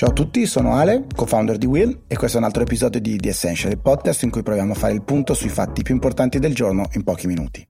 Ciao a tutti, sono Ale, co-founder di Will, e questo è un altro episodio di The Essential, il podcast in cui proviamo a fare il punto sui fatti più importanti del giorno in pochi minuti.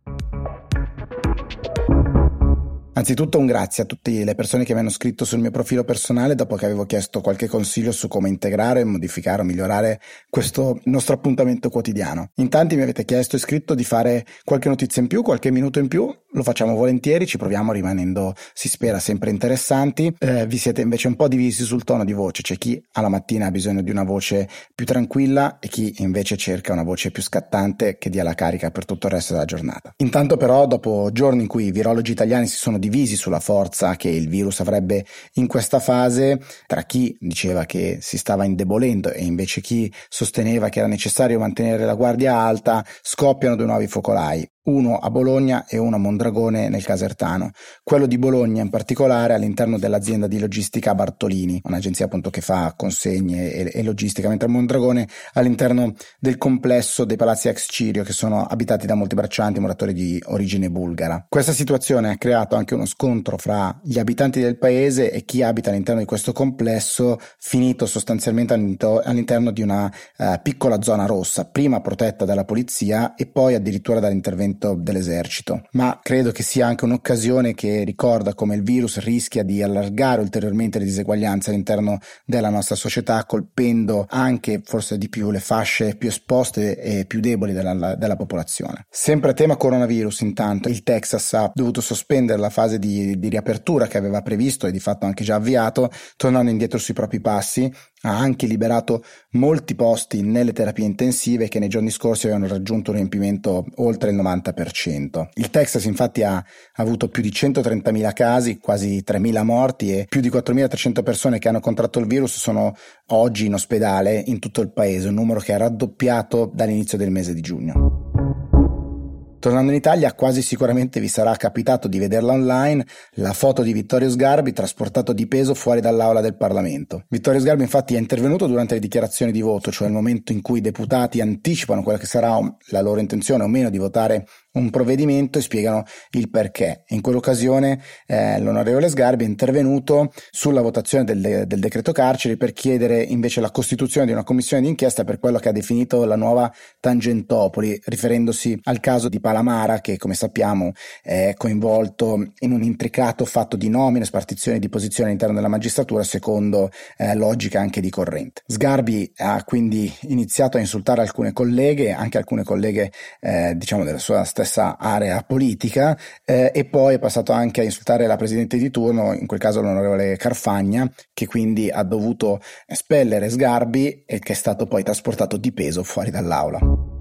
Anzitutto un grazie a tutte le persone che mi hanno scritto sul mio profilo personale dopo che avevo chiesto qualche consiglio su come integrare, modificare o migliorare questo nostro appuntamento quotidiano. In tanti mi avete chiesto e scritto di fare qualche notizia in più, qualche minuto in più. Lo facciamo volentieri, ci proviamo rimanendo, si spera, sempre interessanti. Vi siete invece un po' divisi sul tono di voce, c'è chi alla mattina ha bisogno di una voce più tranquilla e chi invece cerca una voce più scattante che dia la carica per tutto il resto della giornata. Intanto però, dopo giorni in cui i virologi italiani si sono divisi sulla forza che il virus avrebbe in questa fase, tra chi diceva che si stava indebolendo e invece chi sosteneva che era necessario mantenere la guardia alta, scoppiano due nuovi focolai. Uno a Bologna e uno a Mondragone nel Casertano. Quello di Bologna in particolare all'interno dell'azienda di logistica Bartolini, un'agenzia appunto che fa consegne e logistica, mentre a Mondragone all'interno del complesso dei palazzi ex Cirio, che sono abitati da molti braccianti muratori di origine bulgara. Questa situazione ha creato anche uno scontro fra gli abitanti del paese e chi abita all'interno di questo complesso, finito sostanzialmente all'interno di una piccola zona rossa, prima protetta dalla polizia e poi addirittura dall'intervento dell'esercito. Ma credo che sia anche un'occasione che ricorda come il virus rischia di allargare ulteriormente le diseguaglianze all'interno della nostra società, colpendo anche forse di più le fasce più esposte e più deboli della popolazione. Sempre a tema coronavirus, intanto il Texas ha dovuto sospendere la fase di riapertura che aveva previsto e di fatto anche già avviato, tornando indietro sui propri passi. Ha anche liberato molti posti nelle terapie intensive che nei giorni scorsi avevano raggiunto un riempimento oltre il 90%. Il Texas infatti ha avuto più di 130.000 casi, quasi 3.000 morti e più di 4.300 persone che hanno contratto il virus sono oggi in ospedale in tutto il paese, un numero che è raddoppiato dall'inizio del mese di giugno. Tornando in Italia, quasi sicuramente vi sarà capitato di vederla online, la foto di Vittorio Sgarbi trasportato di peso fuori dall'aula del Parlamento. Vittorio Sgarbi infatti è intervenuto durante le dichiarazioni di voto, cioè il momento in cui i deputati anticipano quella che sarà la loro intenzione o meno di votare un provvedimento e spiegano il perché. In quell'occasione l'onorevole Sgarbi è intervenuto sulla votazione del decreto carceri per chiedere invece la costituzione di una commissione d'inchiesta per quello che ha definito la nuova Tangentopoli, riferendosi al caso di Palamara, che come sappiamo è coinvolto in un intricato fatto di nomine, spartizione di posizioni all'interno della magistratura secondo logica anche di corrente. Sgarbi ha quindi iniziato a insultare alcune colleghe, anche alcune colleghe diciamo della sua stessa area politica, e poi è passato anche a insultare la presidente di turno, in quel caso l'onorevole Carfagna, che quindi ha dovuto espellere Sgarbi e che è stato poi trasportato di peso fuori dall'aula.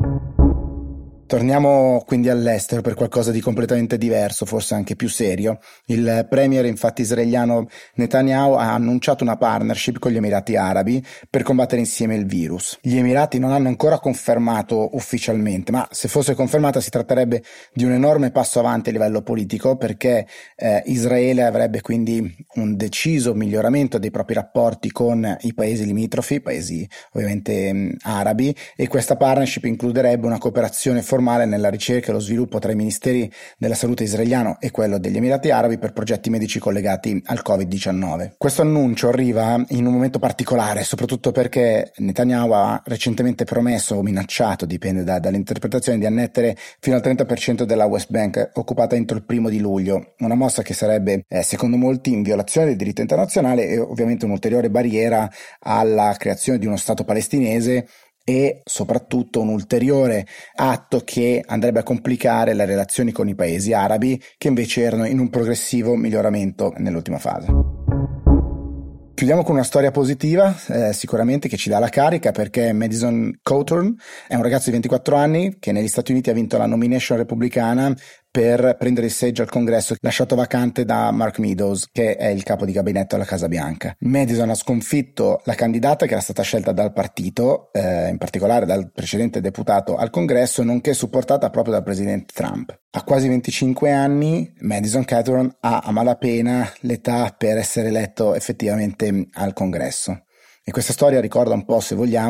Torniamo quindi all'estero per qualcosa di completamente diverso, forse anche più serio. Il premier infatti israeliano Netanyahu ha annunciato una partnership con gli Emirati Arabi per combattere insieme il virus. Gli Emirati non hanno ancora confermato ufficialmente, ma se fosse confermata si tratterebbe di un enorme passo avanti a livello politico, perché Israele avrebbe quindi un deciso miglioramento dei propri rapporti con i paesi limitrofi, paesi ovviamente arabi, e questa partnership includerebbe una cooperazione formale nella ricerca e lo sviluppo tra i ministeri della salute israeliano e quello degli Emirati Arabi per progetti medici collegati al Covid-19. Questo annuncio arriva in un momento particolare, soprattutto perché Netanyahu ha recentemente promesso o minacciato, dipende dall'interpretazione, di annettere fino al 30% della West Bank occupata entro il 1 luglio, una mossa che sarebbe secondo molti in violazione del diritto internazionale e ovviamente un'ulteriore barriera alla creazione di uno Stato palestinese, e soprattutto un ulteriore atto che andrebbe a complicare le relazioni con i paesi arabi, che invece erano in un progressivo miglioramento nell'ultima fase. Chiudiamo con una storia positiva, sicuramente, che ci dà la carica, perché Madison Cawthorn è un ragazzo di 24 anni che negli Stati Uniti ha vinto la nomination repubblicana per prendere il seggio al congresso lasciato vacante da Mark Meadows, che è il capo di gabinetto alla Casa Bianca. Madison ha sconfitto la candidata che era stata scelta dal partito, in particolare dal precedente deputato al congresso, nonché supportata proprio dal presidente Trump. A quasi 25 anni Madison Cawthorn ha a malapena l'età per essere eletto effettivamente al congresso. E questa storia ricorda un po', se vogliamo,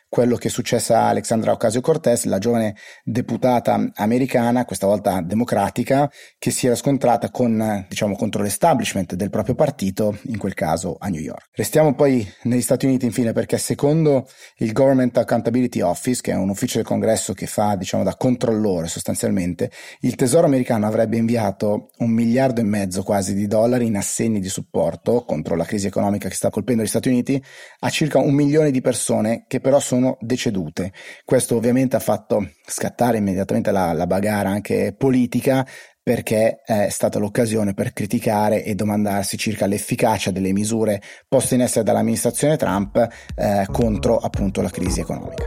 quello che successe a Alexandria Ocasio-Cortez, la giovane deputata americana, questa volta democratica, che si era scontrata con, diciamo, contro l'establishment del proprio partito, in quel caso a New York. Restiamo poi negli Stati Uniti infine, perché secondo il Government Accountability Office, che è un ufficio del Congresso che fa, diciamo, da controllore sostanzialmente, il Tesoro americano avrebbe inviato $1,5 miliardi quasi di dollari in assegni di supporto contro la crisi economica che sta colpendo gli Stati Uniti a circa 1 milione di persone che però sono decedute. Questo ovviamente ha fatto scattare immediatamente la bagarre anche politica, perché è stata l'occasione per criticare e domandarsi circa l'efficacia delle misure poste in essere dall'amministrazione Trump contro appunto la crisi economica.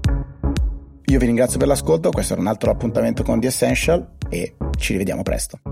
Io vi ringrazio per l'ascolto, questo era un altro appuntamento con The Essential e ci rivediamo presto.